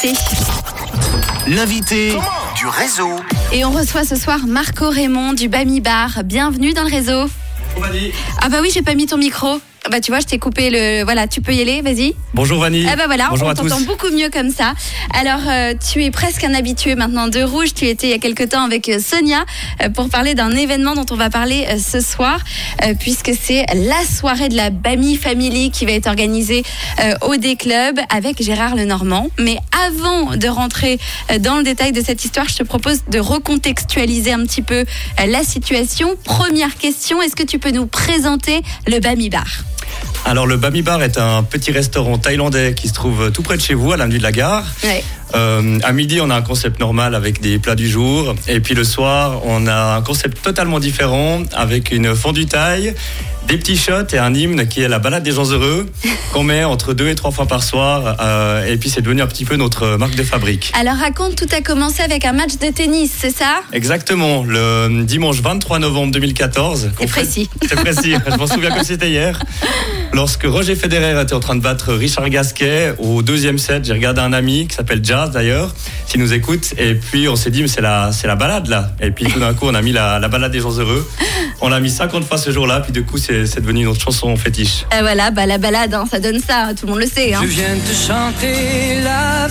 l'invité. L'invité du réseau. Et on reçoit ce soir Marco Raymond du Bami Bar. Bienvenue dans le réseau. Ah bah oui, j'ai pas mis ton micro. Bah tu vois, je t'ai coupé le... Voilà, tu peux y aller, vas-y. Bonjour Vanny. Ah bah voilà, bonjour on à t'entend tous. beaucoup mieux comme ça. Alors, tu es presque un habitué maintenant de Rouge. Tu étais il y a quelque temps avec Sonia pour parler d'un événement dont on va parler ce soir, puisque c'est la soirée de la Bami Family qui va être organisée au D-Club avec Gérard Lenormand. Mais avant de rentrer dans le détail de cette histoire, je te propose de recontextualiser un petit peu la situation. Première question, est-ce que tu peux nous présenter le Bami Bar ? Alors le Bami Bar est un petit restaurant thaïlandais qui se trouve tout près de chez vous, à l'avenue de la Gare. Ouais. À midi, on a un concept normal avec des plats du jour. Et puis le soir, on a un concept totalement différent avec une fondue thaï, des petits shots et un hymne qui est la balade des gens heureux qu'on met entre 2 et 3 fois par soir. Et puis c'est devenu un petit peu notre marque de fabrique. Alors raconte, tout a commencé avec un match de tennis, c'est ça ? Exactement, le dimanche 23 novembre 2014. C'est précis. C'est précis, je m'en souviens comme c'était hier. Lorsque Roger Federer était en train de battre Richard Gasquet au deuxième set, j'ai regardé un ami qui s'appelle Jazz d'ailleurs, qui nous écoute, et puis on s'est dit mais c'est la balade là. Et puis tout d'un coup on a mis la balade des gens heureux. On l'a mis 50 fois ce jour-là, puis du coup c'est devenu notre chanson fétiche. Et voilà, bah la balade, hein, ça donne ça, tout le monde le sait. Hein. Je viens de chanter la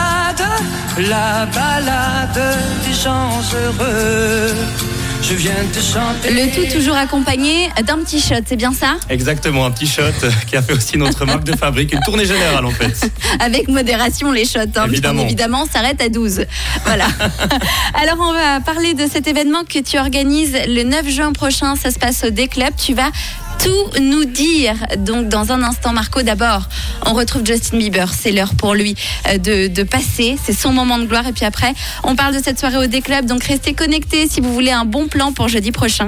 balade des gens heureux. Je viens de chanter. Le tout toujours accompagné d'un petit shot, c'est bien ça ? Exactement, un petit shot qui a fait aussi notre marque de fabrique, une tournée générale en fait. Avec modération les shots, hein, Évidemment. Évidemment, on s'arrête à 12. Voilà. Alors on va parler de cet événement que tu organises le 9 juin prochain, ça se passe au D-Club. Tu vas tout nous dire. Donc dans un instant, Marco, d'abord on retrouve Justin Bieber, c'est l'heure pour lui de passer, c'est son moment de gloire, et puis après on parle de cette soirée au D-Club, donc restez connectés si vous voulez un bon plan pour jeudi prochain.